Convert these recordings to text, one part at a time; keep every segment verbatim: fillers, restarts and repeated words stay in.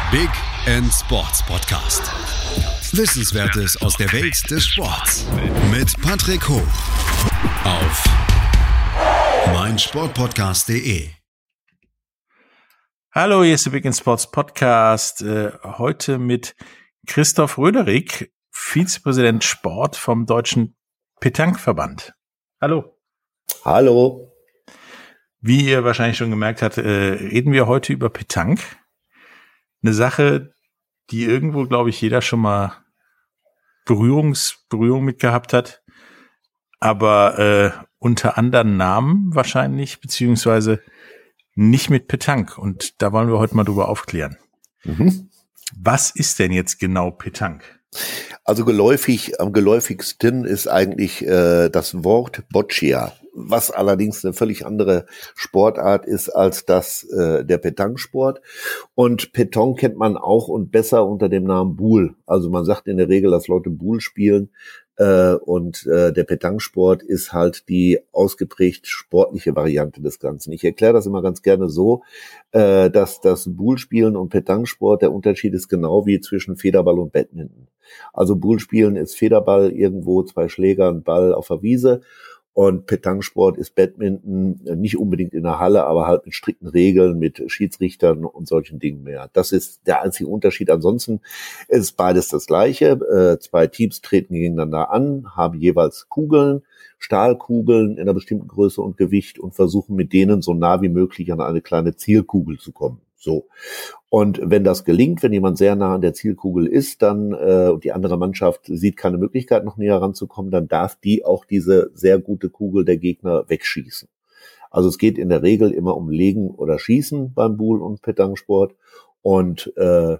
Big End Sports Podcast. Wissenswertes aus der Welt des Sports. Mit Patrick Hoch auf meinsportpodcast punkt de. Hallo, hier ist der Big End Sports Podcast. Äh, heute mit Christoph Röderig, Vizepräsident Sport vom Deutschen Pétanque-Verband. Hallo. Hallo. Wie ihr wahrscheinlich schon gemerkt habt, äh, reden wir heute über Pétanque. Eine Sache, die irgendwo, glaube ich, jeder schon mal Berührungs, Berührung mit gehabt hat, aber äh, unter anderen Namen wahrscheinlich, beziehungsweise nicht mit Pétanque. Und da wollen wir heute mal drüber aufklären. Mhm. Was ist denn jetzt genau Pétanque? Also geläufig, am geläufigsten ist eigentlich äh, das Wort Boccia, was allerdings eine völlig andere Sportart ist als das äh, der Pétanque-Sport. Und Pétanque kennt man auch und besser unter dem Namen Boule. Also man sagt in der Regel, dass Leute Boule spielen. Äh, und äh, der Pétanque-Sport ist halt die ausgeprägt sportliche Variante des Ganzen. Ich erkläre das immer ganz gerne so, äh, dass das Boule-Spielen und Pétanque-Sport, der Unterschied ist genau wie zwischen Federball und Badminton. Also Boule-Spielen ist Federball irgendwo, zwei Schläger, ein Ball auf der Wiese. Und Pétanque-Sport ist Badminton, nicht unbedingt in der Halle, aber halt mit strikten Regeln, mit Schiedsrichtern und solchen Dingen mehr. Das ist der einzige Unterschied. Ansonsten ist beides das Gleiche. Äh, zwei Teams treten gegeneinander an, haben jeweils Kugeln, Stahlkugeln in einer bestimmten Größe und Gewicht und versuchen mit denen so nah wie möglich an eine kleine Zielkugel zu kommen. So. Und wenn das gelingt, wenn jemand sehr nah an der Zielkugel ist, dann äh, und die andere Mannschaft sieht keine Möglichkeit, noch näher ranzukommen, dann darf die auch diese sehr gute Kugel der Gegner wegschießen. Also es geht in der Regel immer um Legen oder Schießen beim Boule- und Pétanque-Sport. Und äh,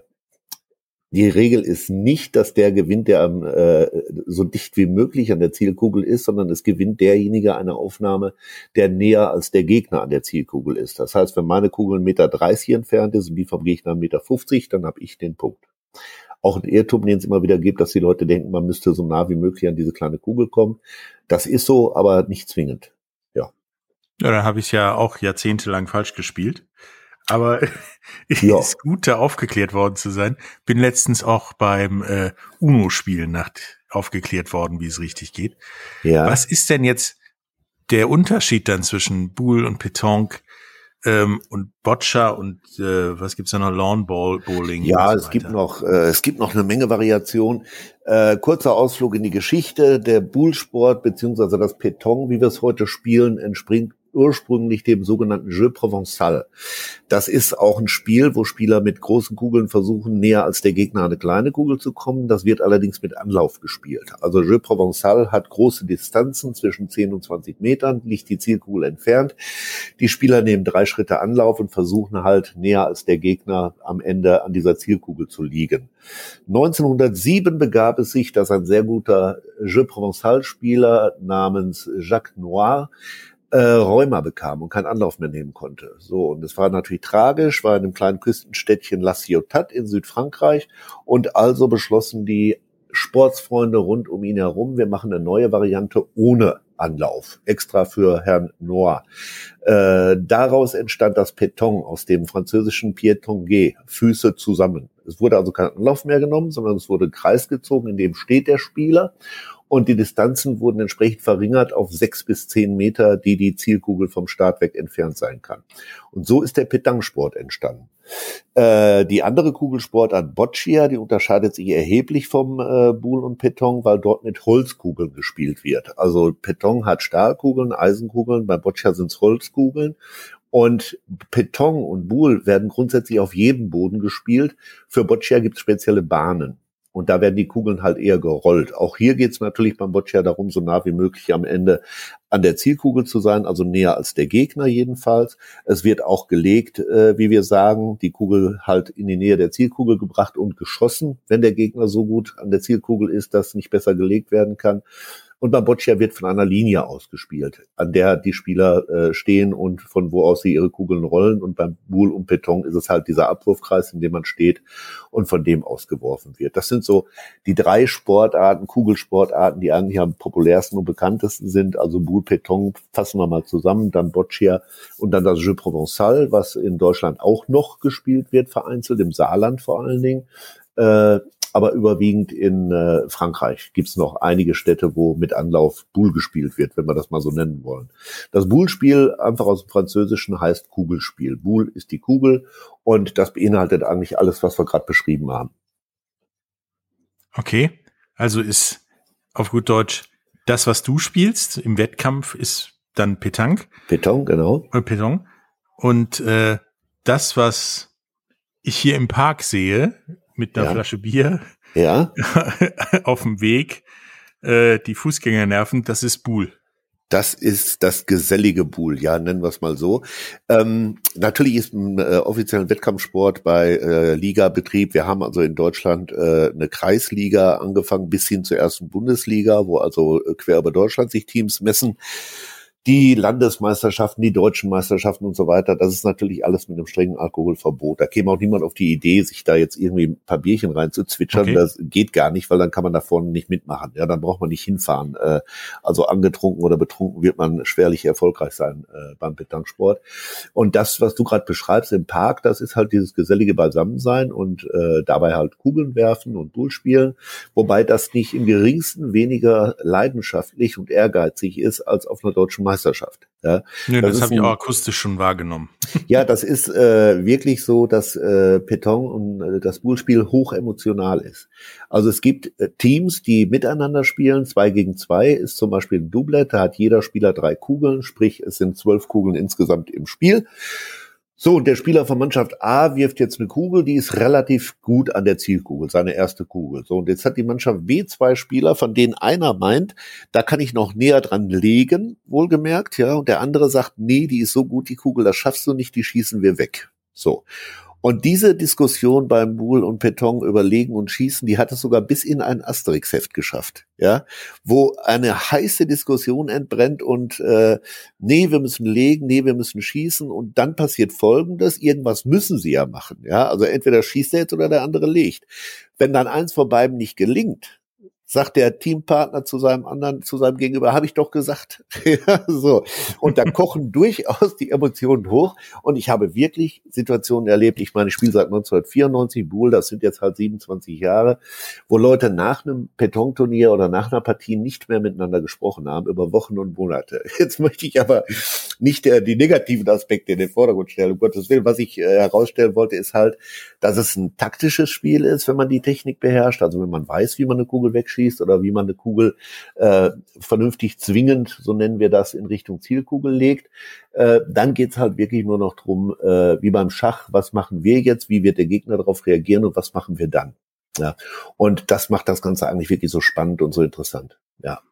die Regel ist nicht, dass der gewinnt, der am, äh, so dicht wie möglich an der Zielkugel ist, sondern es gewinnt derjenige eine Aufnahme, der näher als der Gegner an der Zielkugel ist. Das heißt, wenn meine Kugel eins Komma dreißig Meter entfernt ist und die vom Gegner eins Komma fünfzig Meter, dann habe ich den Punkt. Auch ein Irrtum, den es immer wieder gibt, dass die Leute denken, man müsste so nah wie möglich an diese kleine Kugel kommen. Das ist so, aber nicht zwingend. Ja. Ja, dann habe ich ja auch jahrzehntelang falsch gespielt. Aber es ja. ist gut, da aufgeklärt worden zu sein. Bin letztens auch beim äh, UNO-Spielen nach aufgeklärt worden, wie es richtig geht. Ja. Was ist denn jetzt der Unterschied dann zwischen Boule und Pétanque ähm, und Boccia und äh, was gibt's da noch? Lawn Bowling? Ja, so es gibt noch äh, es gibt noch eine Menge Variation. Äh, kurzer Ausflug in die Geschichte. Der Boule-Sport beziehungsweise das Pétanque, wie wir es heute spielen, entspringt ursprünglich dem sogenannten Jeu Provençal. Das ist auch ein Spiel, wo Spieler mit großen Kugeln versuchen, näher als der Gegner an eine kleine Kugel zu kommen. Das wird allerdings mit Anlauf gespielt. Also Jeu Provençal hat große Distanzen, zwischen zehn und zwanzig Metern, liegt die Zielkugel entfernt. Die Spieler nehmen drei Schritte Anlauf und versuchen halt näher als der Gegner am Ende an dieser Zielkugel zu liegen. neunzehnhundertsieben begab es sich, dass ein sehr guter Jeu Provençal-Spieler namens Jacques Noir Äh, Rheuma bekam und keinen Anlauf mehr nehmen konnte. So, und es war natürlich tragisch, war in einem kleinen Küstenstädtchen La Ciotat in Südfrankreich und also beschlossen die Sportsfreunde rund um ihn herum, wir machen eine neue Variante ohne Anlauf, extra für Herrn Noir. Äh, daraus entstand das Pétanque aus dem französischen Pied tanguer, Füße zusammen. Es wurde also kein Anlauf mehr genommen, sondern es wurde ein Kreis gezogen, in dem steht der Spieler. Und die Distanzen wurden entsprechend verringert auf sechs bis zehn Meter, die die Zielkugel vom Start weg entfernt sein kann. Und so ist der Pétanque-Sport entstanden. Äh, die andere Kugelsportart Boccia, die unterscheidet sich erheblich vom äh, Boule und Pétanque, weil dort mit Holzkugeln gespielt wird. Also Pétanque hat Stahlkugeln, Eisenkugeln, bei Boccia sind es Holzkugeln. Und Pétanque und Boule werden grundsätzlich auf jedem Boden gespielt. Für Boccia gibt es spezielle Bahnen. Und da werden die Kugeln halt eher gerollt. Auch hier geht es natürlich beim Boccia darum, so nah wie möglich am Ende an der Zielkugel zu sein, also näher als der Gegner jedenfalls. Es wird auch gelegt, äh, wie wir sagen, die Kugel halt in die Nähe der Zielkugel gebracht und geschossen, wenn der Gegner so gut an der Zielkugel ist, dass nicht besser gelegt werden kann. Und beim Boccia wird von einer Linie ausgespielt, an der die Spieler äh, stehen und von wo aus sie ihre Kugeln rollen. Und beim Boule und Pétanque ist es halt dieser Abwurfkreis, in dem man steht und von dem ausgeworfen wird. Das sind so die drei Sportarten, Kugelsportarten, die eigentlich am populärsten und bekanntesten sind. Also Boule, Pétanque fassen wir mal zusammen, dann Boccia und dann das Jeu Provençal, was in Deutschland auch noch gespielt wird, vereinzelt, im Saarland vor allen Dingen. Äh, aber überwiegend in äh, Frankreich gibt's noch einige Städte, wo mit Anlauf Boule gespielt wird, wenn wir das mal so nennen wollen. Das Boule-Spiel, einfach aus dem Französischen, heißt Kugelspiel. Boule ist die Kugel und das beinhaltet eigentlich alles, was wir gerade beschrieben haben. Okay, also ist auf gut Deutsch das, was du spielst im Wettkampf, ist dann Pétanque. Pétanque, genau. Äh, Pétanque. Und äh, das, was ich hier im Park sehe, mit einer Ja. Flasche Bier, Ja, auf dem Weg, äh, die Fußgänger nerven, das ist Boule. das ist das gesellige Boule, ja, nennen wir es mal so. Ähm, natürlich ist ein äh, offizieller Wettkampfsport bei äh, Ligabetrieb. Wir haben also in Deutschland äh, eine Kreisliga angefangen bis hin zur ersten Bundesliga, wo also äh, quer über Deutschland sich Teams messen. Die Landesmeisterschaften, die deutschen Meisterschaften und so weiter, das ist natürlich alles mit einem strengen Alkoholverbot. Da käme auch niemand auf die Idee, sich da jetzt irgendwie ein paar Bierchen reinzuzwitschern. Okay. Das geht gar nicht, weil dann kann man da vorne nicht mitmachen. Ja, dann braucht man nicht hinfahren. Äh, also angetrunken oder betrunken wird man schwerlich erfolgreich sein äh, beim Pétanque-Sport. Und das, was du gerade beschreibst im Park, das ist halt dieses gesellige Beisammensein und äh, dabei halt Kugeln werfen und Boule spielen. Wobei das nicht im geringsten weniger leidenschaftlich und ehrgeizig ist als auf einer deutschen Meisterschaft. Ja, Nö, das, das das ist habe ich ein- auch akustisch schon wahrgenommen. ja, das ist äh, wirklich so, dass äh, Pétanque und äh, das Boule-Spiel hoch emotional ist. Also es gibt äh, Teams, die miteinander spielen. Zwei gegen zwei ist zum Beispiel ein Doublet. Da hat jeder Spieler drei Kugeln, sprich es sind zwölf Kugeln insgesamt im Spiel. So, und der Spieler von Mannschaft A wirft jetzt eine Kugel, die ist relativ gut an der Zielkugel, seine erste Kugel. So, und jetzt hat die Mannschaft B zwei Spieler, von denen einer meint, da kann ich noch näher dran legen, wohlgemerkt, ja, und der andere sagt, nee, die ist so gut, die Kugel, das schaffst du nicht, die schießen wir weg. So. Und diese Diskussion beim Boule und Pétanque über Legen und Schießen, die hat es sogar bis in ein Asterix-Heft geschafft, ja, wo eine heiße Diskussion entbrennt und äh, nee, wir müssen legen, nee, wir müssen schießen und dann passiert Folgendes, irgendwas müssen sie ja machen, ja, also entweder schießt er jetzt oder der andere legt. Wenn dann eins von beiden nicht gelingt, sagt der Teampartner zu seinem anderen, zu seinem Gegenüber, habe ich doch gesagt. Ja, so. Und da kochen durchaus die Emotionen hoch. Und ich habe wirklich Situationen erlebt. Ich meine, ich spiele seit neunzehnhundertvierundneunzig Boule, das sind jetzt halt siebenundzwanzig Jahre, wo Leute nach einem Pétanque-Turnier oder nach einer Partie nicht mehr miteinander gesprochen haben, über Wochen und Monate. Jetzt möchte ich aber nicht äh, die negativen Aspekte in den Vordergrund stellen, um Gottes Willen. Was ich äh, herausstellen wollte, ist halt, dass es ein taktisches Spiel ist, wenn man die Technik beherrscht, also wenn man weiß, wie man eine Kugel wegschießt oder wie man eine Kugel äh, vernünftig zwingend, so nennen wir das, in Richtung Zielkugel legt. Äh, dann geht's halt wirklich nur noch drum, äh, wie beim Schach, was machen wir jetzt, wie wird der Gegner darauf reagieren und was machen wir dann. Ja. Und das macht das Ganze eigentlich wirklich so spannend und so interessant. Ja.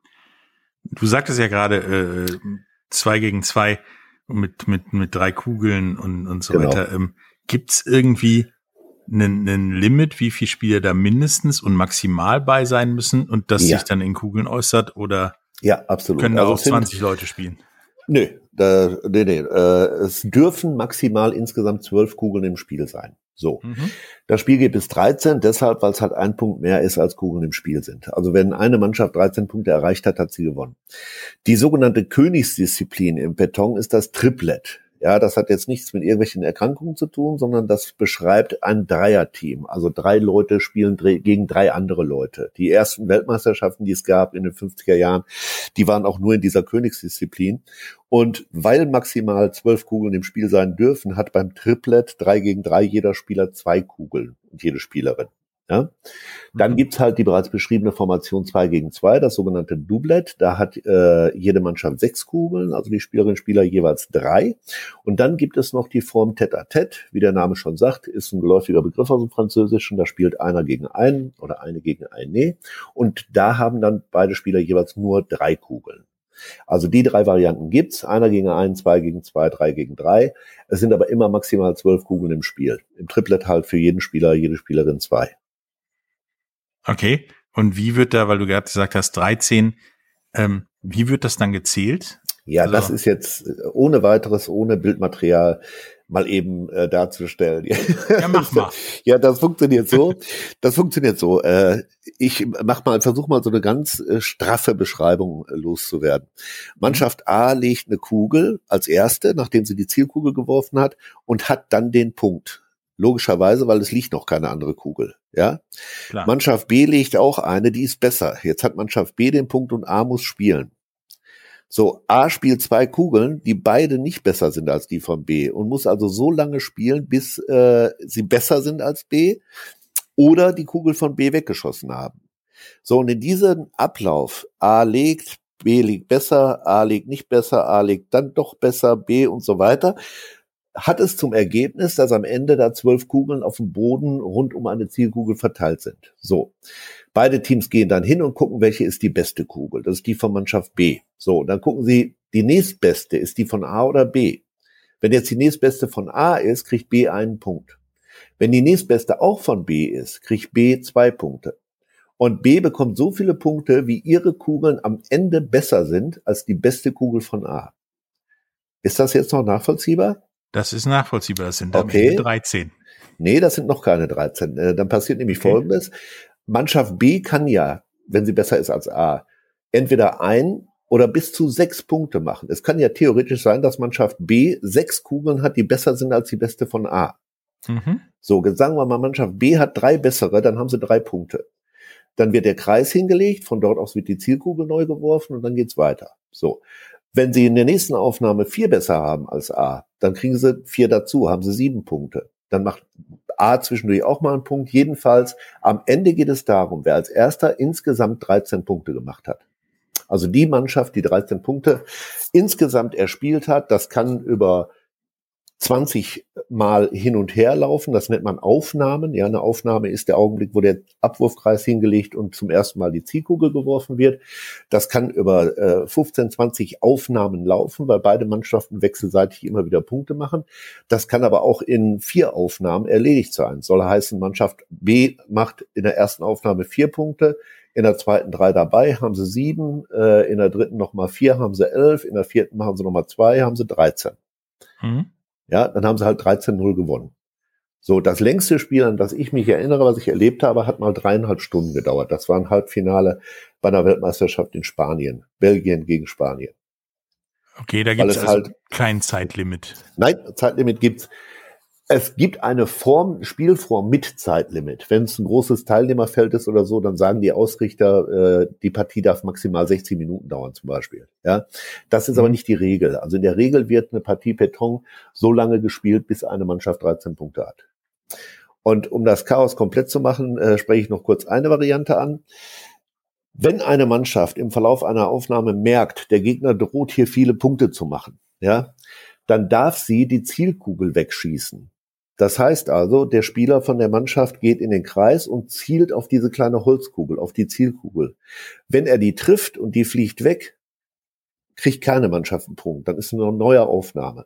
Du sagtest ja gerade äh, zwei gegen zwei mit mit mit drei Kugeln und und so Genau. weiter. Ähm, gibt's irgendwie einen, einen Limit, wie viele Spieler da mindestens und maximal bei sein müssen und das Ja. sich dann in Kugeln äußert oder Ja, absolut. können da Also auch es sind- zwanzig Leute spielen? Nö, da, nee, nee. Äh, es dürfen maximal insgesamt zwölf Kugeln im Spiel sein. So. Mhm. Das Spiel geht bis dreizehn, deshalb, weil es halt ein Punkt mehr ist, als Kugeln im Spiel sind. Also wenn eine Mannschaft dreizehn Punkte erreicht hat, hat sie gewonnen. Die sogenannte Königsdisziplin im Pétanque ist das Triplet. Ja, das hat jetzt nichts mit irgendwelchen Erkrankungen zu tun, sondern das beschreibt ein Dreierteam. Also drei Leute spielen dre- gegen drei andere Leute. Die ersten Weltmeisterschaften, die es gab in den fünfziger Jahren, die waren auch nur in dieser Königsdisziplin. Und weil maximal zwölf Kugeln im Spiel sein dürfen, hat beim Triplet drei gegen drei jeder Spieler zwei Kugeln und jede Spielerin. Ja? Dann Mhm. gibt's halt die bereits beschriebene Formation zwei gegen zwei, das sogenannte Doublet. Da hat äh, jede Mannschaft sechs Kugeln, also die Spielerinnen und Spieler jeweils drei. Und dann gibt es noch die Form Tête-à-Tête, wie der Name schon sagt, ist ein geläufiger Begriff aus dem Französischen. Da spielt einer gegen einen oder eine gegen eine. Und da haben dann beide Spieler jeweils nur drei Kugeln. Also die drei Varianten gibt's. Einer gegen einen, zwei gegen zwei, drei gegen drei. Es sind aber immer maximal zwölf Kugeln im Spiel. Im Triplet halt für jeden Spieler, jede Spielerin zwei. Okay. Und wie wird da, weil du gerade gesagt hast, dreizehn, Ähm, wie wird das dann gezählt? Ja, also, das ist jetzt ohne weiteres, ohne Bildmaterial mal eben äh, darzustellen. Ja, mach mal. Ja, das funktioniert so. Das funktioniert so. Äh, ich mach mal, versuch mal so eine ganz äh, straffe Beschreibung äh, loszuwerden. Mannschaft A legt eine Kugel als erste, nachdem sie die Zielkugel geworfen hat, und hat dann den Punkt. Logischerweise, weil es liegt noch keine andere Kugel. Ja. Klar. Mannschaft B legt auch eine, die ist besser. Jetzt hat Mannschaft B den Punkt und A muss spielen. So, A spielt zwei Kugeln, die beide nicht besser sind als die von B und muss also so lange spielen, bis äh, sie besser sind als B oder die Kugel von B weggeschossen haben. So, und in diesem Ablauf, A legt, B liegt besser, A liegt nicht besser, A liegt dann doch besser, B und so weiter, hat es zum Ergebnis, dass am Ende da zwölf Kugeln auf dem Boden rund um eine Zielkugel verteilt sind. So. Beide Teams gehen dann hin und gucken, welche ist die beste Kugel. Das ist die von Mannschaft B. So, dann gucken sie, die nächstbeste, ist die von A oder B? Wenn jetzt die nächstbeste von A ist, kriegt B einen Punkt. Wenn die nächstbeste auch von B ist, kriegt B zwei Punkte. Und B bekommt so viele Punkte, wie ihre Kugeln am Ende besser sind als die beste Kugel von A. Ist das jetzt noch nachvollziehbar? Das ist nachvollziehbar. Das sind dann okay. dreizehn. Nee, das sind noch keine dreizehn. Dann passiert nämlich okay. Folgendes. Mannschaft B kann ja, wenn sie besser ist als A, entweder ein oder bis zu sechs Punkte machen. Es kann ja theoretisch sein, dass Mannschaft B sechs Kugeln hat, die besser sind als die beste von A. Mhm. So, jetzt sagen wir mal, Mannschaft B hat drei bessere, dann haben sie drei Punkte. Dann wird der Kreis hingelegt, von dort aus wird die Zielkugel neu geworfen und dann geht's weiter. So. Wenn sie in der nächsten Aufnahme vier besser haben als A, dann kriegen sie vier dazu, haben sie sieben Punkte. Dann macht A zwischendurch auch mal einen Punkt. Jedenfalls, am Ende geht es darum, wer als erster insgesamt dreizehn Punkte gemacht hat. Also die Mannschaft, die dreizehn Punkte insgesamt erspielt hat, das kann über zwanzig Mal hin und her laufen. Das nennt man Aufnahmen. Ja, eine Aufnahme ist der Augenblick, wo der Abwurfkreis hingelegt und zum ersten Mal die Zielkugel geworfen wird. Das kann über äh, fünfzehn, zwanzig Aufnahmen laufen, weil beide Mannschaften wechselseitig immer wieder Punkte machen. Das kann aber auch in vier Aufnahmen erledigt sein. Soll heißen, Mannschaft B macht in der ersten Aufnahme vier Punkte, in der zweiten drei dabei, haben sie sieben, äh, in der dritten nochmal vier, haben sie elf, in der vierten machen sie nochmal zwei, haben sie dreizehn. Mhm. Ja, dann haben sie halt dreizehn null gewonnen. So, das längste Spiel, an das ich mich erinnere, was ich erlebt habe, hat mal dreieinhalb Stunden gedauert. Das war ein Halbfinale bei einer Weltmeisterschaft in Spanien. Belgien gegen Spanien. Okay, da gibt es also halt kein Zeitlimit. Nein, Zeitlimit gibt's. Es gibt eine Form, Spielform mit Zeitlimit. Wenn es ein großes Teilnehmerfeld ist oder so, dann sagen die Ausrichter, äh, die Partie darf maximal sechzig Minuten dauern zum Beispiel. Ja, das ist mhm. aber nicht die Regel. Also in der Regel wird eine Partie Pétanque so lange gespielt, bis eine Mannschaft dreizehn Punkte hat. Und um das Chaos komplett zu machen, äh, spreche ich noch kurz eine Variante an. Wenn eine Mannschaft im Verlauf einer Aufnahme merkt, der Gegner droht hier viele Punkte zu machen, ja, dann darf sie die Zielkugel wegschießen. Das heißt also, der Spieler von der Mannschaft geht in den Kreis und zielt auf diese kleine Holzkugel, auf die Zielkugel. Wenn er die trifft und die fliegt weg, kriegt keine Mannschaft einen Punkt. Dann ist eine neue Aufnahme.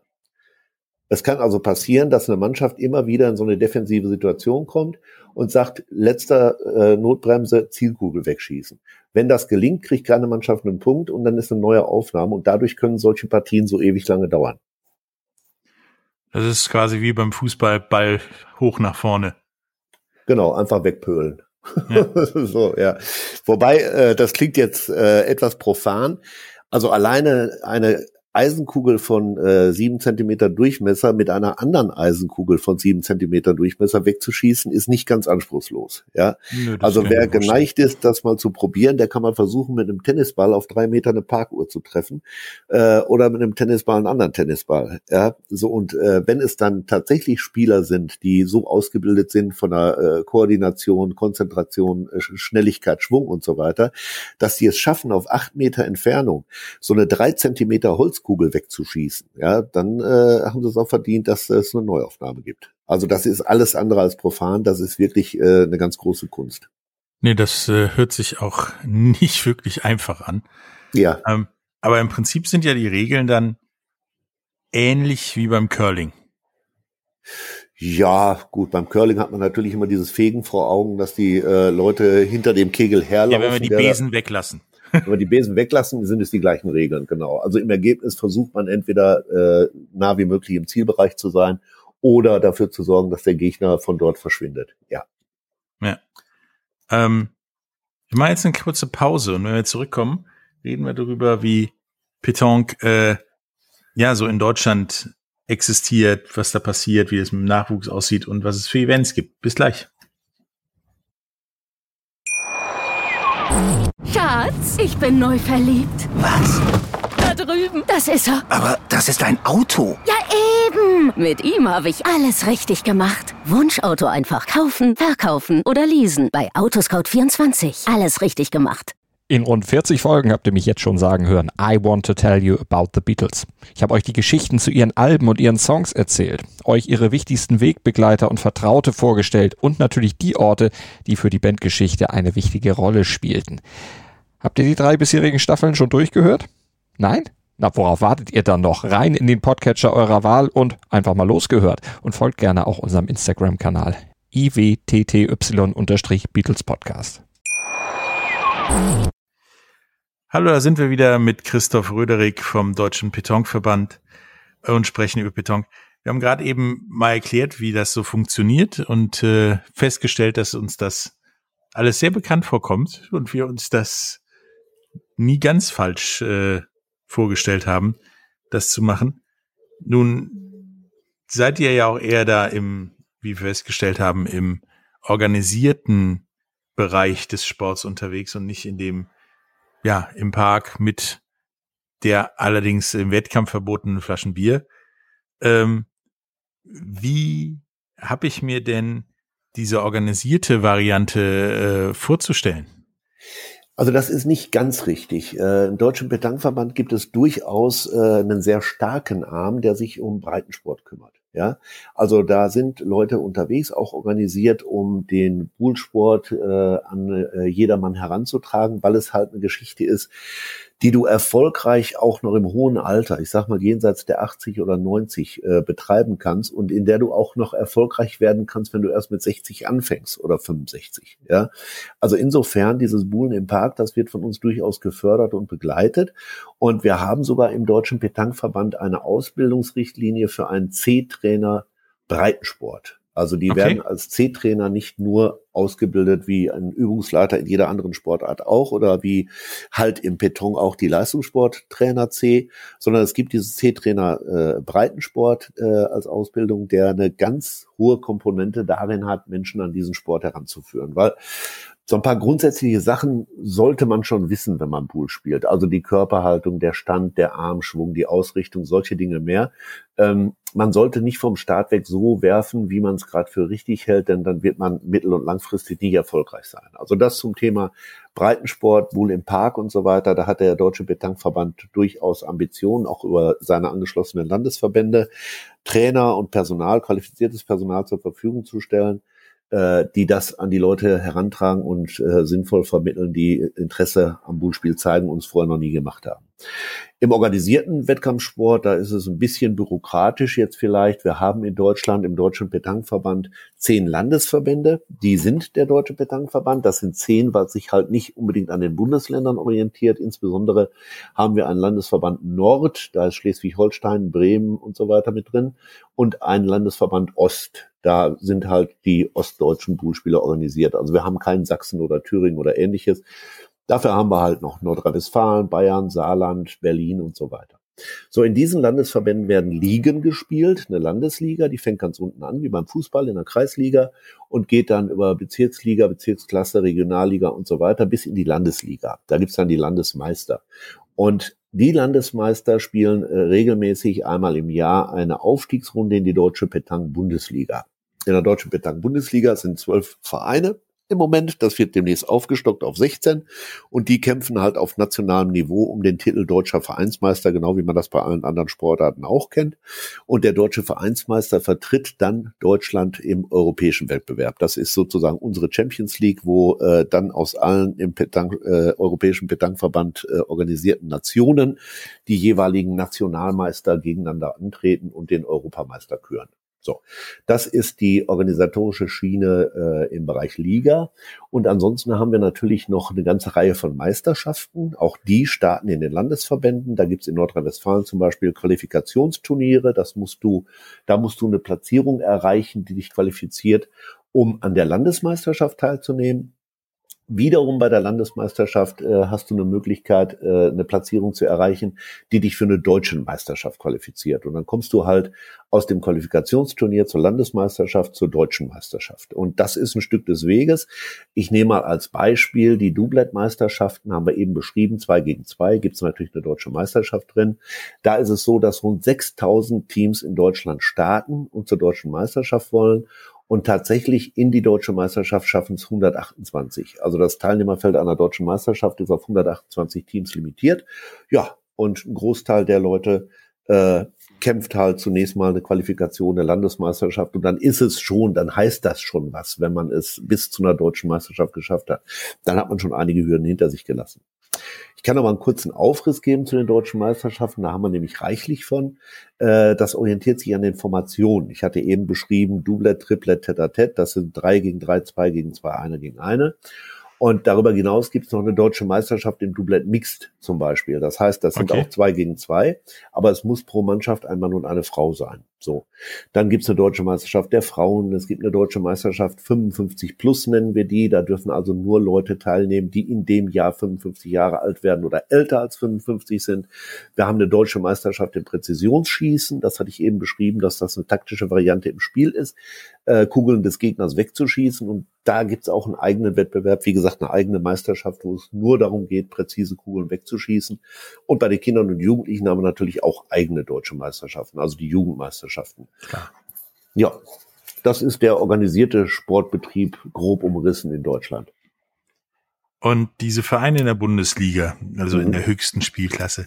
Es kann also passieren, dass eine Mannschaft immer wieder in so eine defensive Situation kommt und sagt, letzter äh, Notbremse, Zielkugel wegschießen. Wenn das gelingt, kriegt keine Mannschaft einen Punkt und dann ist eine neue Aufnahme und dadurch können solche Partien so ewig lange dauern. Das ist quasi wie beim Fußball, Ball hoch nach vorne. Genau, einfach wegpölen. Ja. So, ja. Wobei, äh, das klingt jetzt äh, etwas profan. Also alleine eine Eisenkugel von äh, sieben Zentimeter Durchmesser mit einer anderen Eisenkugel von sieben Zentimeter Durchmesser wegzuschießen, ist nicht ganz anspruchslos. Ja, Nö, also wer geneigt ist, das mal zu probieren, der kann mal versuchen, mit einem Tennisball auf drei Meter eine Parkuhr zu treffen äh, oder mit einem Tennisball einen anderen Tennisball. Ja, so und äh, wenn es dann tatsächlich Spieler sind, die so ausgebildet sind von der äh, Koordination, Konzentration, äh, Schnelligkeit, Schwung und so weiter, dass sie es schaffen, auf acht Meter Entfernung so eine drei Zentimeter Holz Kugel wegzuschießen, ja, dann äh, haben sie es auch verdient, dass es eine Neuaufnahme gibt. Also das ist alles andere als profan, das ist wirklich äh, eine ganz große Kunst. Nee, das äh, hört sich auch nicht wirklich einfach an. Ja. Ähm, aber im Prinzip sind ja die Regeln dann ähnlich wie beim Curling. Ja, gut, beim Curling hat man natürlich immer dieses Fegen vor Augen, dass die äh, Leute hinter dem Kegel herlaufen. Ja, wenn wir die Besen weglassen. Wenn wir die Besen weglassen, sind es die gleichen Regeln, genau. Also im Ergebnis versucht man entweder äh, nah wie möglich im Zielbereich zu sein oder dafür zu sorgen, dass der Gegner von dort verschwindet. Ja. Ja. Ähm, ich mache jetzt eine kurze Pause und wenn wir zurückkommen, reden wir darüber, wie Pétanque äh, ja so in Deutschland existiert, was da passiert, wie es mit dem Nachwuchs aussieht und was es für Events gibt. Bis gleich. Schatz, ich bin neu verliebt. Was? Da drüben. Das ist er. Aber das ist ein Auto. Ja, eben. Mit ihm habe ich alles richtig gemacht. Wunschauto einfach kaufen, verkaufen oder leasen. Bei Autoscout vierundzwanzig. Alles richtig gemacht. In rund vierzig Folgen habt ihr mich jetzt schon sagen hören, I want to tell you about the Beatles. Ich habe euch die Geschichten zu ihren Alben und ihren Songs erzählt, euch ihre wichtigsten Wegbegleiter und Vertraute vorgestellt und natürlich die Orte, die für die Bandgeschichte eine wichtige Rolle spielten. Habt ihr die drei bisherigen Staffeln schon durchgehört? Nein? Na, worauf wartet ihr dann noch? Rein in den Podcatcher eurer Wahl und einfach mal losgehört. Und folgt gerne auch unserem Instagram-Kanal I W T T Y-Beatles Podcast. Hallo, da sind wir wieder mit Christoph Röderig vom Deutschen Pétanque-Verband und sprechen über Pétanque. Wir haben gerade eben mal erklärt, wie das so funktioniert und äh, festgestellt, dass uns das alles sehr bekannt vorkommt und wir uns das nie ganz falsch äh, vorgestellt haben, das zu machen. Nun seid ihr ja auch eher da im, wie wir festgestellt haben, im organisierten Bereich des Sports unterwegs und nicht in dem, ja, im Park mit der allerdings im Wettkampf verbotenen Flaschen Bier. Ähm, wie habe ich mir denn diese organisierte Variante äh, vorzustellen? Also das ist nicht ganz richtig. Äh, Im Deutschen Pétanque-Verband gibt es durchaus äh, einen sehr starken Arm, der sich um Breitensport kümmert. Ja, also da sind Leute unterwegs, auch organisiert, um den Poolsport äh, an äh, jedermann heranzutragen, weil es halt eine Geschichte ist, die du erfolgreich auch noch im hohen Alter, ich sag mal jenseits der achtzig oder neunzig, äh, betreiben kannst und in der du auch noch erfolgreich werden kannst, wenn du erst mit sechzig anfängst oder fünfundsechzig. Ja, also insofern dieses Buhlen im Park, das wird von uns durchaus gefördert und begleitet und wir haben sogar im Deutschen Pétanque-Verband eine Ausbildungsrichtlinie für einen C-Trainer Breitensport. Also die okay. werden als C-Trainer nicht nur ausgebildet wie ein Übungsleiter in jeder anderen Sportart auch oder wie halt im Pétanque auch die Leistungssporttrainer C, sondern es gibt dieses C-Trainer äh, Breitensport äh, als Ausbildung, der eine ganz hohe Komponente darin hat, Menschen an diesen Sport heranzuführen, weil so ein paar grundsätzliche Sachen sollte man schon wissen, wenn man Pool spielt. Also die Körperhaltung, der Stand, der Armschwung, die Ausrichtung, solche Dinge mehr. Ähm, man sollte nicht vom Start weg so werfen, wie man es gerade für richtig hält, denn dann wird man mittel- und langfristig nicht erfolgreich sein. Also das zum Thema Breitensport, Pool im Park und so weiter. Da hat der Deutsche Pétanque-Verband durchaus Ambitionen, auch über seine angeschlossenen Landesverbände, Trainer und Personal, qualifiziertes Personal zur Verfügung zu stellen, die das an die Leute herantragen und äh, sinnvoll vermitteln, die Interesse am Poolspiel zeigen und es vorher noch nie gemacht haben. Im organisierten Wettkampfsport, da ist es ein bisschen bürokratisch jetzt vielleicht. Wir haben in Deutschland im Deutschen Pétanque-Verband zehn Landesverbände. Die sind der Deutsche Pétanque-Verband. Das sind zehn, was sich halt nicht unbedingt an den Bundesländern orientiert. Insbesondere haben wir einen Landesverband Nord, da ist Schleswig-Holstein, Bremen und so weiter mit drin, und einen Landesverband Ost. Da sind halt die ostdeutschen Poolspieler organisiert. Also wir haben keinen Sachsen oder Thüringen oder ähnliches. Dafür haben wir halt noch Nordrhein-Westfalen, Bayern, Saarland, Berlin und so weiter. So, in diesen Landesverbänden werden Ligen gespielt. Eine Landesliga, die fängt ganz unten an, wie beim Fußball in der Kreisliga und geht dann über Bezirksliga, Bezirksklasse, Regionalliga und so weiter bis in die Landesliga. Da gibt's dann die Landesmeister. Und die Landesmeister spielen äh, regelmäßig einmal im Jahr eine Aufstiegsrunde in die Deutsche Pétanque-Bundesliga. In der Deutschen Pétanque-Bundesliga sind zwölf Vereine im Moment. Das wird demnächst aufgestockt auf sechzehn. Und die kämpfen halt auf nationalem Niveau um den Titel Deutscher Vereinsmeister, genau wie man das bei allen anderen Sportarten auch kennt. Und der Deutsche Vereinsmeister vertritt dann Deutschland im europäischen Wettbewerb. Das ist sozusagen unsere Champions League, wo äh, dann aus allen im Pétanque, äh, Europäischen Pétanque-Verband äh, organisierten Nationen die jeweiligen Nationalmeister gegeneinander antreten und den Europameister küren. So, das ist die organisatorische Schiene äh, im Bereich Liga. Und ansonsten haben wir natürlich noch eine ganze Reihe von Meisterschaften. Auch die starten in den Landesverbänden. Da gibt's in Nordrhein-Westfalen zum Beispiel Qualifikationsturniere. Das musst du, da musst du eine Platzierung erreichen, die dich qualifiziert, um an der Landesmeisterschaft teilzunehmen. Wiederum bei der Landesmeisterschaft äh, hast du eine Möglichkeit, äh, eine Platzierung zu erreichen, die dich für eine deutsche Meisterschaft qualifiziert. Und dann kommst du halt aus dem Qualifikationsturnier zur Landesmeisterschaft zur deutschen Meisterschaft. Und das ist ein Stück des Weges. Ich nehme mal als Beispiel die Doublet-Meisterschaften, haben wir eben beschrieben, zwei gegen zwei, gibt es natürlich eine deutsche Meisterschaft drin. Da ist es so, dass rund sechstausend Teams in Deutschland starten und zur deutschen Meisterschaft wollen. Und tatsächlich in die deutsche Meisterschaft schaffen es hundertachtundzwanzig. Also das Teilnehmerfeld einer deutschen Meisterschaft ist auf hundertachtundzwanzig Teams limitiert. Ja, und ein Großteil der Leute äh, kämpft halt zunächst mal eine Qualifikation der Landesmeisterschaft. Und dann ist es schon, dann heißt das schon was, wenn man es bis zu einer deutschen Meisterschaft geschafft hat. Dann hat man schon einige Hürden hinter sich gelassen. Ich kann aber einen kurzen Aufriss geben zu den deutschen Meisterschaften, da haben wir nämlich reichlich von. Äh, das orientiert sich an den Formationen. Ich hatte eben beschrieben, Doublet, Triplet, Tête-à-Tête, das sind drei gegen drei, zwei gegen zwei, einer gegen eine. Und darüber hinaus gibt es noch eine deutsche Meisterschaft im Doublet Mixed zum Beispiel. Das heißt, das sind Okay. auch zwei gegen zwei, aber es muss pro Mannschaft ein Mann und eine Frau sein. So. Dann gibt es eine deutsche Meisterschaft der Frauen, es gibt eine deutsche Meisterschaft fünfundfünfzig plus nennen wir die. Da dürfen also nur Leute teilnehmen, die in dem Jahr fünfundfünfzig Jahre alt werden oder älter als fünfundfünfzig sind. Wir haben eine deutsche Meisterschaft im Präzisionsschießen. Das hatte ich eben beschrieben, dass das eine taktische Variante im Spiel ist, äh, Kugeln des Gegners wegzuschießen. Und da gibt es auch einen eigenen Wettbewerb, wie gesagt, eine eigene Meisterschaft, wo es nur darum geht, präzise Kugeln wegzuschießen. Und bei den Kindern und Jugendlichen haben wir natürlich auch eigene deutsche Meisterschaften, also die Jugendmeisterschaften. Klar. Ja, das ist der organisierte Sportbetrieb grob umrissen in Deutschland. Und diese Vereine in der Bundesliga, also Mhm. in der höchsten Spielklasse,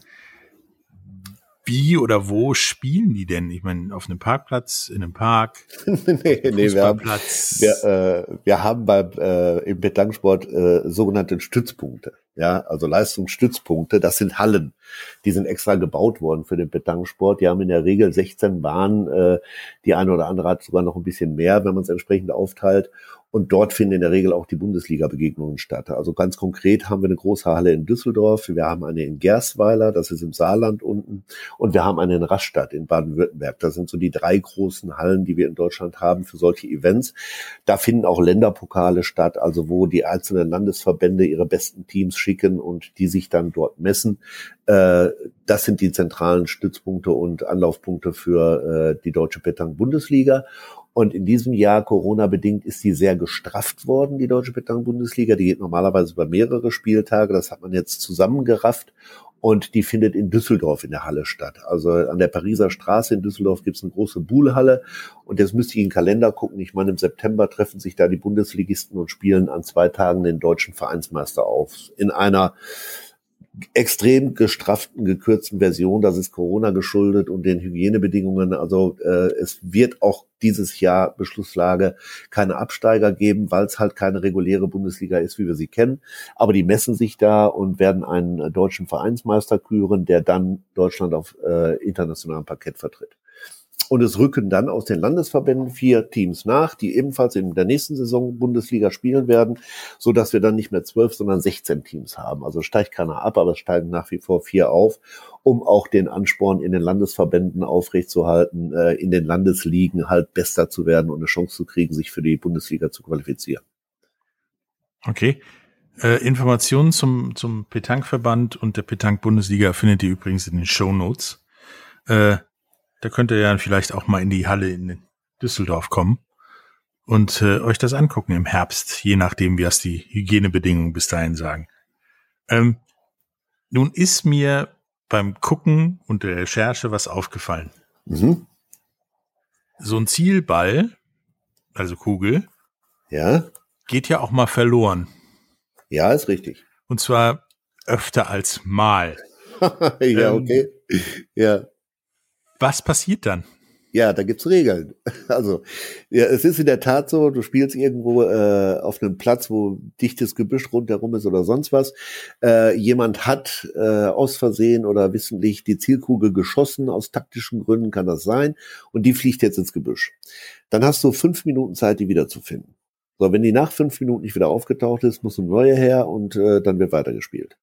wie oder wo spielen die denn? Ich meine, auf einem Parkplatz, in einem Park, nee, nee, wir haben, Fußballplatz? wir, äh, wir haben beim, äh, im Petangsport äh, sogenannte Stützpunkte. Ja, also Leistungsstützpunkte, das sind Hallen. Die sind extra gebaut worden für den Petangsport. Die haben in der Regel sechzehn Bahnen. Äh, die eine oder andere hat sogar noch ein bisschen mehr, wenn man es entsprechend aufteilt. Und dort finden in der Regel auch die Bundesliga-Begegnungen statt. Also ganz konkret haben wir eine große Halle in Düsseldorf, wir haben eine in Gersweiler, das ist im Saarland unten, und wir haben eine in Rastatt in Baden-Württemberg. Das sind so die drei großen Hallen, die wir in Deutschland haben für solche Events. Da finden auch Länderpokale statt, also wo die einzelnen Landesverbände ihre besten Teams schicken und die sich dann dort messen. Äh, das sind die zentralen Stützpunkte und Anlaufpunkte für äh, die Deutsche Petang-Bundesliga. Und in diesem Jahr, Corona-bedingt, ist die sehr gestrafft worden, die Deutsche Petang-Bundesliga. Die geht normalerweise über mehrere Spieltage. Das hat man jetzt zusammengerafft. Und die findet in Düsseldorf in der Halle statt. Also an der Pariser Straße in Düsseldorf gibt es eine große Buhlhalle. Und jetzt müsste ich in den Kalender gucken. Ich meine, im September treffen sich da die Bundesligisten und spielen an zwei Tagen den deutschen Vereinsmeister auf. In einer extrem gestrafften, gekürzten Version. Das ist Corona geschuldet und den Hygienebedingungen. Also äh, es wird auch dieses Jahr Beschlusslage keine Absteiger geben, weil es halt keine reguläre Bundesliga ist, wie wir sie kennen. Aber die messen sich da und werden einen deutschen Vereinsmeister küren, der dann Deutschland auf äh, internationalem Parkett vertritt. Und es rücken dann aus den Landesverbänden vier Teams nach, die ebenfalls in der nächsten Saison Bundesliga spielen werden, so dass wir dann nicht mehr zwölf, sondern sechzehn Teams haben. Also steigt keiner ab, aber es steigen nach wie vor vier auf, um auch den Ansporn in den Landesverbänden aufrechtzuerhalten, äh, in den Landesligen halt Bester zu werden und eine Chance zu kriegen, sich für die Bundesliga zu qualifizieren. Okay. Äh, Informationen zum, zum Petang-Verband und der Petang-Bundesliga findet ihr übrigens in den Shownotes. Äh, Da könnt ihr ja vielleicht auch mal in die Halle in Düsseldorf kommen und äh, euch das angucken im Herbst, je nachdem, wie es die Hygienebedingungen bis dahin sagen. Ähm, nun ist mir beim Gucken und der Recherche was aufgefallen. Mhm. So ein Zielball, also Kugel, Ja, geht ja auch mal verloren. ja, ist richtig. Und zwar öfter als mal. ja, Ähm, okay. Ja. Was passiert dann? Ja, da gibt's Regeln. Also, ja, es ist in der Tat so, du spielst irgendwo äh, auf einem Platz, wo dichtes Gebüsch rundherum ist oder sonst was. Äh, jemand hat äh, aus Versehen oder wissentlich die Zielkugel geschossen, aus taktischen Gründen kann das sein, und die fliegt jetzt ins Gebüsch. Dann hast du fünf Minuten Zeit, die wiederzufinden. So, wenn die nach fünf Minuten nicht wieder aufgetaucht ist, muss eine neue her und äh, dann wird weitergespielt.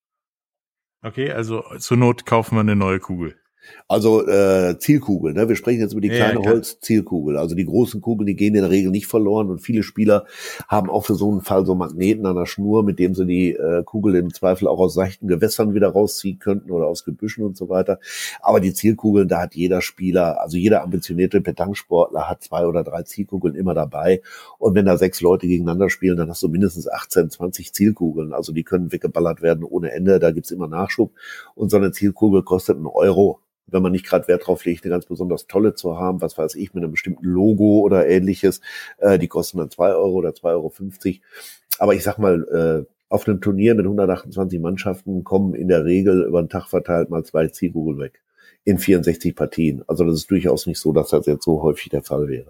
Okay, also zur Not kaufen wir eine neue Kugel. Also äh, Zielkugel, ne? Wir sprechen jetzt über die Ja, kleine ja, Holzzielkugel. Also die großen Kugeln, die gehen in der Regel nicht verloren, und viele Spieler haben auch für so einen Fall so Magneten an der Schnur, mit dem sie die äh, Kugel im Zweifel auch aus seichten Gewässern wieder rausziehen könnten oder aus Gebüschen und so weiter. Aber die Zielkugeln, da hat jeder Spieler, also jeder ambitionierte Petanque-Sportler hat zwei oder drei Zielkugeln immer dabei. Und wenn da sechs Leute gegeneinander spielen, dann hast du mindestens achtzehn, zwanzig Zielkugeln. Also die können weggeballert werden ohne Ende. Da gibt's immer Nachschub. Und so eine Zielkugel kostet einen Euro. Wenn man nicht gerade Wert drauf legt, eine ganz besonders tolle zu haben, was weiß ich, mit einem bestimmten Logo oder ähnliches, äh, die kosten dann zwei Euro oder zwei Euro fünfzig. Aber ich sag mal, äh, auf einem Turnier mit hundertachtundzwanzig Mannschaften kommen in der Regel über den Tag verteilt mal zwei Zielkugeln weg. In vierundsechzig Partien. Also das ist durchaus nicht so, dass das jetzt so häufig der Fall wäre.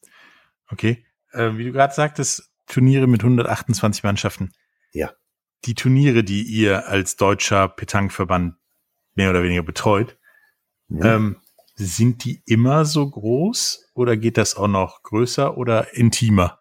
Okay, äh, wie du gerade sagtest, Turniere mit hundertachtundzwanzig Mannschaften. Ja. Die Turniere, die ihr als deutscher Petanque-Verband mehr oder weniger betreut, Ja. Ähm, sind die immer so groß oder geht das auch noch größer oder intimer?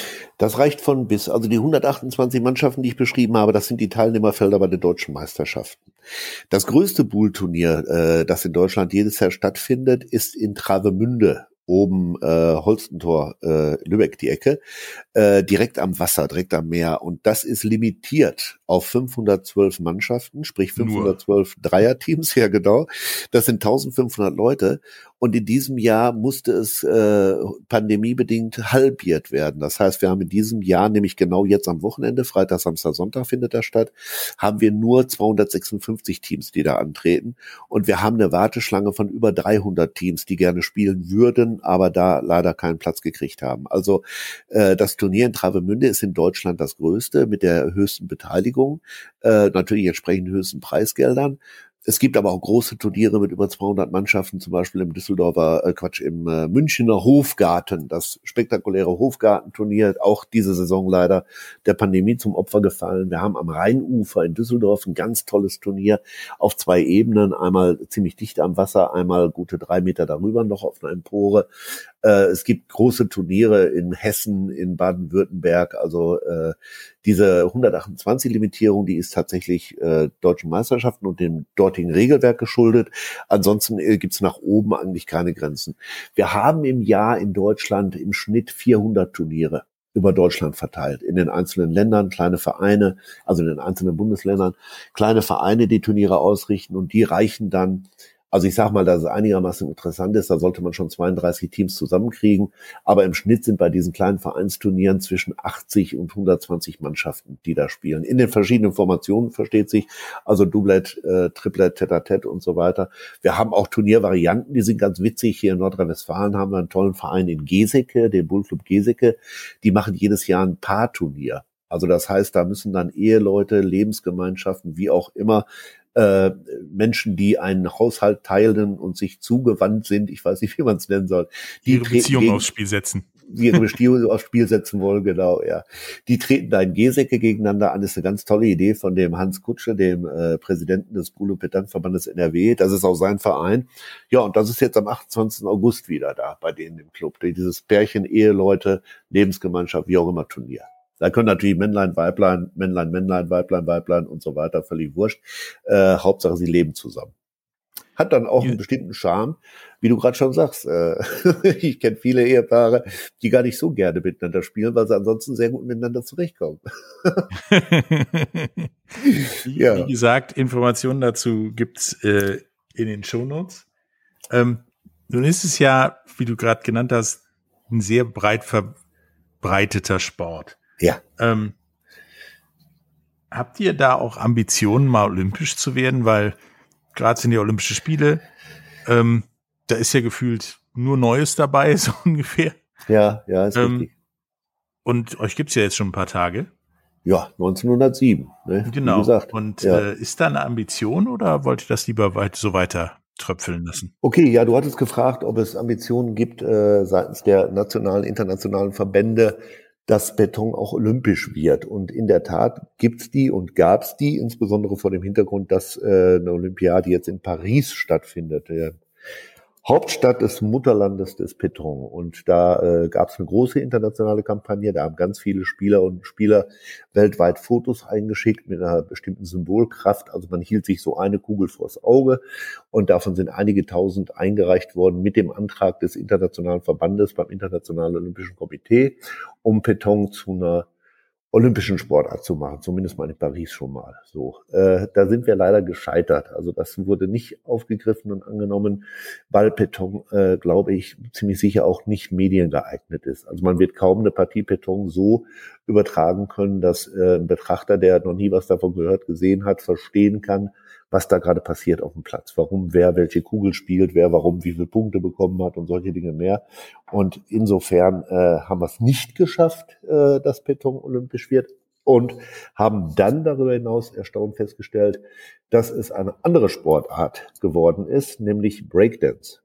Das reicht von bis. Also die hundertachtundzwanzig Mannschaften, die ich beschrieben habe, das sind die Teilnehmerfelder bei den deutschen Meisterschaften. Das größte Boule-Turnier, äh, das in Deutschland jedes Jahr stattfindet, ist in Travemünde, oben äh, Holstentor, äh, Lübeck die Ecke, äh, direkt am Wasser, direkt am Meer. Und das ist limitiert auf fünfhundertzwölf Mannschaften, sprich fünfhundertzwölf Nur. Dreierteams, ja genau. Das sind eintausendfünfhundert Leute. Und in diesem Jahr musste es äh, pandemiebedingt halbiert werden. Das heißt, wir haben in diesem Jahr, nämlich genau jetzt am Wochenende, Freitag, Samstag, Sonntag findet das statt, haben wir nur zweihundertsechsundfünfzig Teams, die da antreten. Und wir haben eine Warteschlange von über dreihundert Teams, die gerne spielen würden, aber da leider keinen Platz gekriegt haben. Also äh, das Turnier in Travemünde ist in Deutschland das größte mit der höchsten Beteiligung, äh, natürlich entsprechend höchsten Preisgeldern. Es gibt aber auch große Turniere mit über zweihundert Mannschaften, zum Beispiel im Düsseldorfer, äh, Quatsch, im äh, Münchner Hofgarten, das spektakuläre Hofgartenturnier, auch diese Saison leider der Pandemie zum Opfer gefallen. Wir haben am Rheinufer in Düsseldorf ein ganz tolles Turnier auf zwei Ebenen, einmal ziemlich dicht am Wasser, einmal gute drei Meter darüber noch auf einer Empore. Äh, es gibt große Turniere in Hessen, in Baden-Württemberg, also äh, diese hundertachtundzwanzig-Limitierung, die ist tatsächlich äh, deutschen Meisterschaften und dem dortigen Regelwerk geschuldet. Ansonsten äh, gibt's nach oben eigentlich keine Grenzen. Wir haben im Jahr in Deutschland im Schnitt vierhundert Turniere über Deutschland verteilt, in den einzelnen Ländern, kleine Vereine, also in den einzelnen Bundesländern, kleine Vereine, die Turniere ausrichten, und die reichen dann. Also ich sag mal, dass es einigermaßen interessant ist, da sollte man schon zweiunddreißig Teams zusammenkriegen, aber im Schnitt sind bei diesen kleinen Vereinsturnieren zwischen achtzig und hundertzwanzig Mannschaften, die da spielen. In den verschiedenen Formationen, versteht sich, also Doublett, äh, Triplett, Tête-à-Tête und so weiter. Wir haben auch Turniervarianten, die sind ganz witzig. Hier in Nordrhein-Westfalen haben wir einen tollen Verein in Geseke, den Bullclub Geseke, die machen jedes Jahr ein Paarturnier. Also das heißt, da müssen dann Eheleute, Lebensgemeinschaften, wie auch immer, Äh, Menschen, die einen Haushalt teilen und sich zugewandt sind, ich weiß nicht, wie man es nennen soll, die ihre Beziehung gegen, aufs Spiel setzen. ihre Beziehung aufs Spiel setzen wollen, genau, ja. Die treten da in Geseke gegeneinander an. Das ist eine ganz tolle Idee von dem Hans Kutsche, dem äh, Präsidenten des Buhle-Petanque-Verbandes N R W. Das ist auch sein Verein. Ja, und das ist jetzt am achtundzwanzigsten August wieder da bei denen im Club. Dieses Pärchen, Eheleute, Lebensgemeinschaft, wie auch immer, Turnier. Da können natürlich Männlein, Weiblein, Männlein, Männlein, Weiblein, Weiblein und so weiter, völlig wurscht. Äh, Hauptsache, sie leben zusammen. Hat dann auch einen bestimmten Charme, wie du gerade schon sagst. Äh, ich kenne viele Ehepaare, die gar nicht so gerne miteinander spielen, weil sie ansonsten sehr gut miteinander zurechtkommen. wie, ja. wie gesagt, Informationen dazu gibt's äh, in den Shownotes. Ähm, nun ist es ja, wie du gerade genannt hast, ein sehr breit verbreiteter Sport. Ja. Ähm, habt ihr da auch Ambitionen, mal olympisch zu werden? Weil gerade sind ja Olympische Spiele, ähm, da ist ja gefühlt nur Neues dabei, so ungefähr. Ja, ja, ist ähm, richtig. Und euch gibt's ja jetzt schon ein paar Tage. Ja, neunzehnhundertsieben. Ne? Genau. Wie gesagt. Und ja. äh, ist da eine Ambition oder wollt ihr das lieber weit, so weiter tröpfeln lassen. Okay, ja, du hattest gefragt, ob es Ambitionen gibt äh, seitens der nationalen, internationalen Verbände, dass Beton auch olympisch wird. Und in der Tat gibt's die und gab's die, insbesondere vor dem Hintergrund, dass äh, eine Olympiade jetzt in Paris stattfindet. Der Hauptstadt des Mutterlandes des Beton. Und da äh, gab es eine große internationale Kampagne. Da haben ganz viele Spieler und Spieler weltweit Fotos eingeschickt mit einer bestimmten Symbolkraft. Also man hielt sich so eine Kugel vors Auge. Und davon sind einige tausend eingereicht worden mit dem Antrag des Internationalen Verbandes beim Internationalen Olympischen Komitee, um Beton zu einer olympischen Sportart zu machen, zumindest mal in Paris schon mal. So, äh, da sind wir leider gescheitert. Also das wurde nicht aufgegriffen und angenommen, weil Beton, äh, glaube ich, ziemlich sicher auch nicht mediengeeignet ist. Also man wird kaum eine Partie Beton so übertragen können, dass äh, ein Betrachter, der noch nie was davon gehört, gesehen hat, verstehen kann, was da gerade passiert auf dem Platz, warum wer welche Kugel spielt, wer warum wie viele Punkte bekommen hat und solche Dinge mehr. Und insofern äh, haben wir es nicht geschafft, äh, dass Beton olympisch wird und haben dann darüber hinaus erstaunt festgestellt, dass es eine andere Sportart geworden ist, nämlich Breakdance.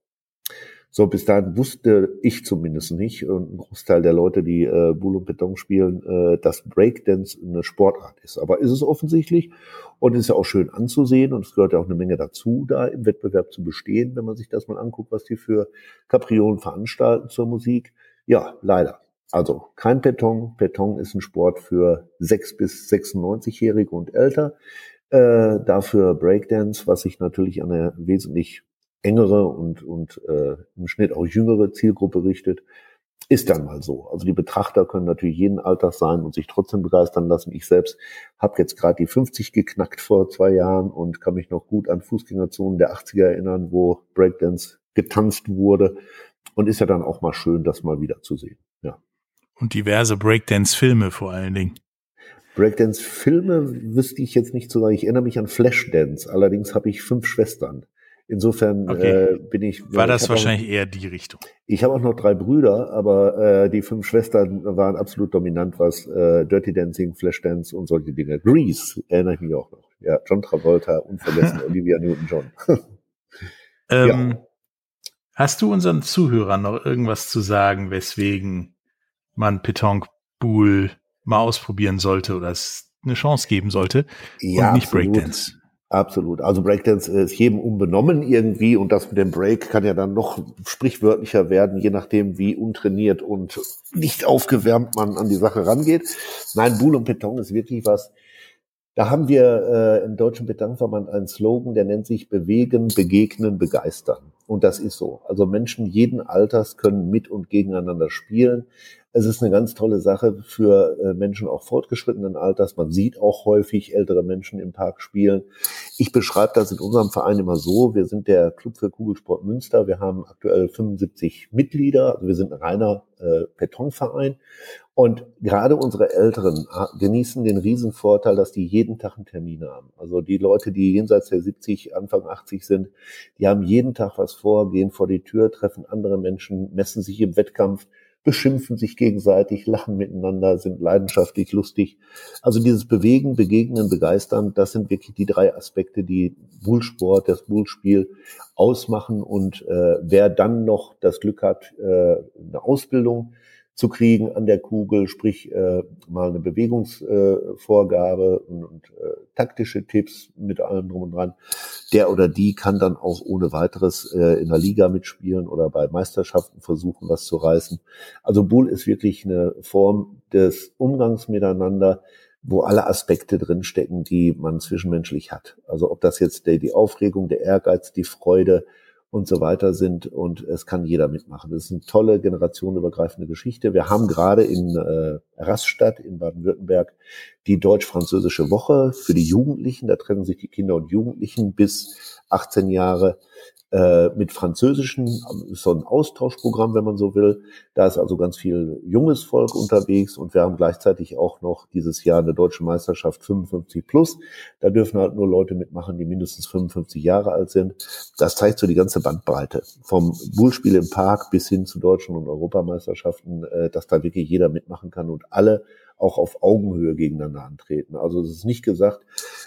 So, bis dahin wusste ich zumindest nicht und ein Großteil der Leute, die äh, Boule und Beton spielen, äh, dass Breakdance eine Sportart ist. Aber ist es offensichtlich und ist ja auch schön anzusehen und es gehört ja auch eine Menge dazu, da im Wettbewerb zu bestehen, wenn man sich das mal anguckt, was die für Kapriolen veranstalten zur Musik. Ja, leider. Also kein Beton. Beton ist ein Sport für sechs bis sechsundneunzigjährige und älter. Äh, dafür Breakdance, was sich natürlich an eine wesentlich engere und und äh, im Schnitt auch jüngere Zielgruppe richtet, ist dann mal so. Also die Betrachter können natürlich jeden Alters sein und sich trotzdem begeistern lassen. Ich selbst habe jetzt gerade die fünfzig geknackt vor zwei Jahren und kann mich noch gut an Fußgängerzonen der achtziger erinnern, wo Breakdance getanzt wurde und ist ja dann auch mal schön, das mal wieder zu sehen. Ja. Und diverse Breakdance-Filme vor allen Dingen. Breakdance-Filme wüsste ich jetzt nicht so sagen. Ich erinnere mich an Flashdance. Allerdings habe ich fünf Schwestern. Insofern okay. äh, bin ich... War das ich wahrscheinlich auch, eher die Richtung? Ich habe auch noch drei Brüder, aber äh, die fünf Schwestern waren absolut dominant, was äh, Dirty Dancing, Flashdance und solche Dinge. Grease erinnere ich mich auch noch. Ja, John Travolta, unvergessen Olivia Newton-John. ähm, ja. Hast du unseren Zuhörern noch irgendwas zu sagen, weswegen man Pétanque Boule mal ausprobieren sollte oder es eine Chance geben sollte ja, und nicht absolut. Breakdance? Absolut. Also Breakdance ist jedem unbenommen irgendwie und das mit dem Break kann ja dann noch sprichwörtlicher werden, je nachdem wie untrainiert und nicht aufgewärmt man an die Sache rangeht. Nein, Boule und Pétanque ist wirklich was, da haben wir äh, im Deutschen Pétanque-Verband einen Slogan, der nennt sich Bewegen, Begegnen, Begeistern. Und das ist so. Also Menschen jeden Alters können mit und gegeneinander spielen. Es ist eine ganz tolle Sache für äh, Menschen auch fortgeschrittenen Alters. Man sieht auch häufig ältere Menschen im Park spielen. Ich beschreibe das in unserem Verein immer so. Wir sind der Club für Kugelsport Münster. Wir haben aktuell fünfundsiebzig Mitglieder. Also wir sind ein reiner äh, Betonverein. Und gerade unsere Älteren genießen den Riesenvorteil, dass die jeden Tag einen Termin haben. Also die Leute, die jenseits der siebzig, Anfang achtzig sind, die haben jeden Tag was vor, gehen vor die Tür, treffen andere Menschen, messen sich im Wettkampf, beschimpfen sich gegenseitig, lachen miteinander, sind leidenschaftlich, lustig. Also dieses Bewegen, Begegnen, Begeistern, das sind wirklich die drei Aspekte, die Boule-Sport, das Boule-Spiel ausmachen. Und äh, wer dann noch das Glück hat, äh, eine Ausbildung zu kriegen an der Kugel, sprich äh, mal eine Bewegungsvorgabe äh, und, und äh, taktische Tipps mit allem drum und dran. Der oder die kann dann auch ohne weiteres äh, in der Liga mitspielen oder bei Meisterschaften versuchen, was zu reißen. Also Boule ist wirklich eine Form des Umgangs miteinander, wo alle Aspekte drinstecken, die man zwischenmenschlich hat. Also ob das jetzt die, die Aufregung, der Ehrgeiz, die Freude und so weiter sind und es kann jeder mitmachen. Das ist eine tolle generationenübergreifende Geschichte. Wir haben gerade in äh, Rastatt in Baden-Württemberg die deutsch-französische Woche für die Jugendlichen. Da treffen sich die Kinder und Jugendlichen bis achtzehn Jahre äh, mit Französischen. So ein Austauschprogramm, wenn man so will. Da ist also ganz viel junges Volk unterwegs und wir haben gleichzeitig auch noch dieses Jahr eine deutsche Meisterschaft fünfundfünfzig plus. Da dürfen halt nur Leute mitmachen, die mindestens fünfundfünfzig Jahre alt sind. Das zeigt so die ganze Bandbreite. Vom Boule-Spiel im Park bis hin zu deutschen und Europameisterschaften, äh, dass da wirklich jeder mitmachen kann und alle auch auf Augenhöhe gegeneinander antreten. Also es ist nicht gesagt,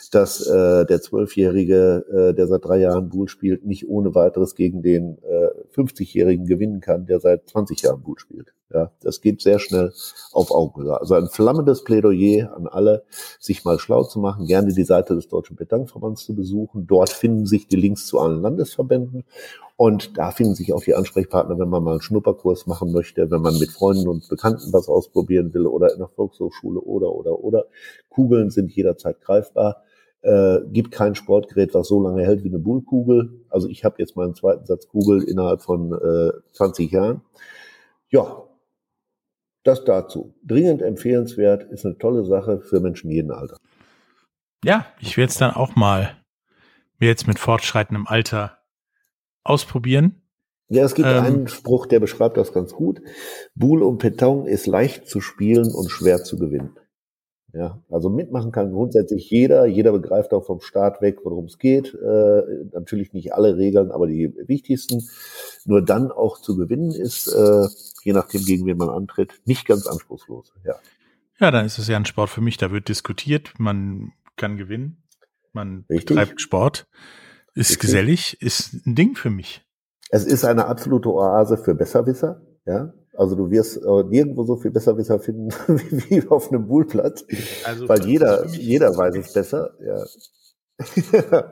dass äh, der Zwölfjährige, äh, der seit drei Jahren Bull spielt, nicht ohne weiteres gegen den äh, fünfzigjährigen gewinnen kann, der seit zwanzig Jahren Bull spielt. Ja, das geht sehr schnell auf Augenhöhe. Also ein flammendes Plädoyer an alle, sich mal schlau zu machen, gerne die Seite des Deutschen Pétanque-Verbands zu besuchen. Dort finden sich die Links zu allen Landesverbänden und da finden sich auch die Ansprechpartner, wenn man mal einen Schnupperkurs machen möchte, wenn man mit Freunden und Bekannten was ausprobieren will oder in der Volkshochschule oder, oder, oder. Kugeln sind jederzeit greifbar. Äh, gibt kein Sportgerät, was so lange hält wie eine Bullkugel. Also ich habe jetzt meinen zweiten Satz Kugel innerhalb von äh, zwanzig Jahren. Ja, das dazu. Dringend empfehlenswert, ist eine tolle Sache für Menschen jeden Alters. Ja, ich werde es dann auch mal mir jetzt mit fortschreitendem Alter ausprobieren. Ja, es gibt ähm, einen Spruch, der beschreibt das ganz gut. Bull und Pétanque ist leicht zu spielen und schwer zu gewinnen. Ja, also mitmachen kann grundsätzlich jeder. Jeder begreift auch vom Start weg, worum es geht. Äh, natürlich nicht alle Regeln, aber die wichtigsten. Nur dann auch zu gewinnen ist, äh, je nachdem, gegen wen man antritt, nicht ganz anspruchslos. Ja. Ja, dann ist es ja ein Sport für mich. Da wird diskutiert, man kann gewinnen, man Richtig. betreibt Sport, ist Richtig. Gesellig, ist ein Ding für mich. Es ist eine absolute Oase für Besserwisser. Ja, also du wirst äh, nirgendwo so viel Besserwisser finden wie, wie auf einem Bullplatz, Also, weil jeder, jeder weiß es besser. Ja.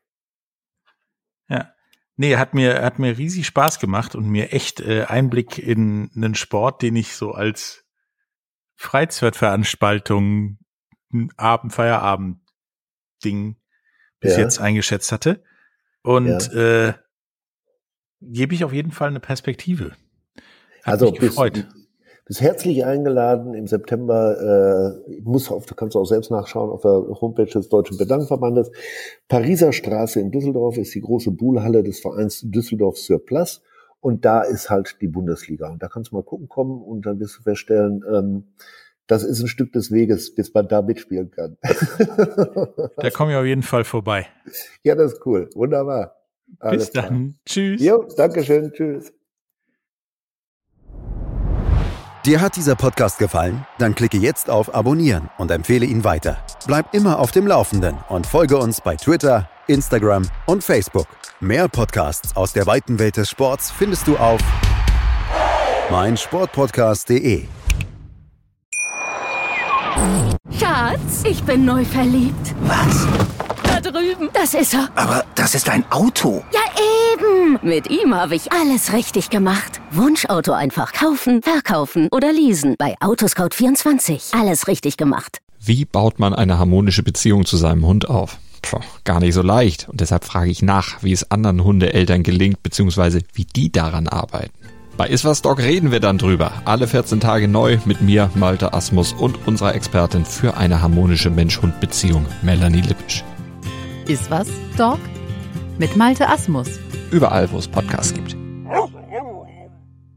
Ja. Nee, hat mir, hat mir riesig Spaß gemacht und mir echt äh, Einblick in einen Sport, den ich so als Freizeitveranstaltung, Abend, Feierabend-Ding bis Ja. jetzt eingeschätzt hatte. Und äh, gebe ich auf jeden Fall eine Perspektive. Hat Also mich gefreut. Bist, bist herzlich eingeladen im September. Äh, muss auf, du kannst auch selbst nachschauen auf der Homepage des Deutschen Pétanque-Verbandes. Pariser Straße in Düsseldorf ist die große Bullhalle des Vereins Düsseldorf-sur-Place. Und da ist halt die Bundesliga. Und da kannst du mal gucken kommen und dann wirst du feststellen, ähm, das ist ein Stück des Weges, bis man da mitspielen kann. Da komme ich auf jeden Fall vorbei. Ja, das ist cool. Wunderbar. Alles Bis dann. klar. Tschüss. Jo, Dankeschön. Tschüss. Dir hat dieser Podcast gefallen? Dann klicke jetzt auf Abonnieren und empfehle ihn weiter. Bleib immer auf dem Laufenden und folge uns bei Twitter, Instagram und Facebook. Mehr Podcasts aus der weiten Welt des Sports findest du auf meinsportpodcast punkt de. Schatz, ich bin neu verliebt. Was? Da drüben. Das ist er. Aber das ist ein Auto. Ja, eben. Mit ihm habe ich alles richtig gemacht. Wunschauto einfach kaufen, verkaufen oder leasen. Bei Autoscout vierundzwanzig. Alles richtig gemacht. Wie baut man eine harmonische Beziehung zu seinem Hund auf? Puh, gar nicht so leicht. Und deshalb frage ich nach, wie es anderen Hundeeltern gelingt, beziehungsweise wie die daran arbeiten. Bei Iswas Dog reden wir dann drüber. Alle vierzehn Tage neu mit mir, Malte Asmus und unserer Expertin für eine harmonische Mensch-Hund-Beziehung, Melanie Lippisch. Iswas Dog mit Malte Asmus. Überall, wo es Podcasts gibt.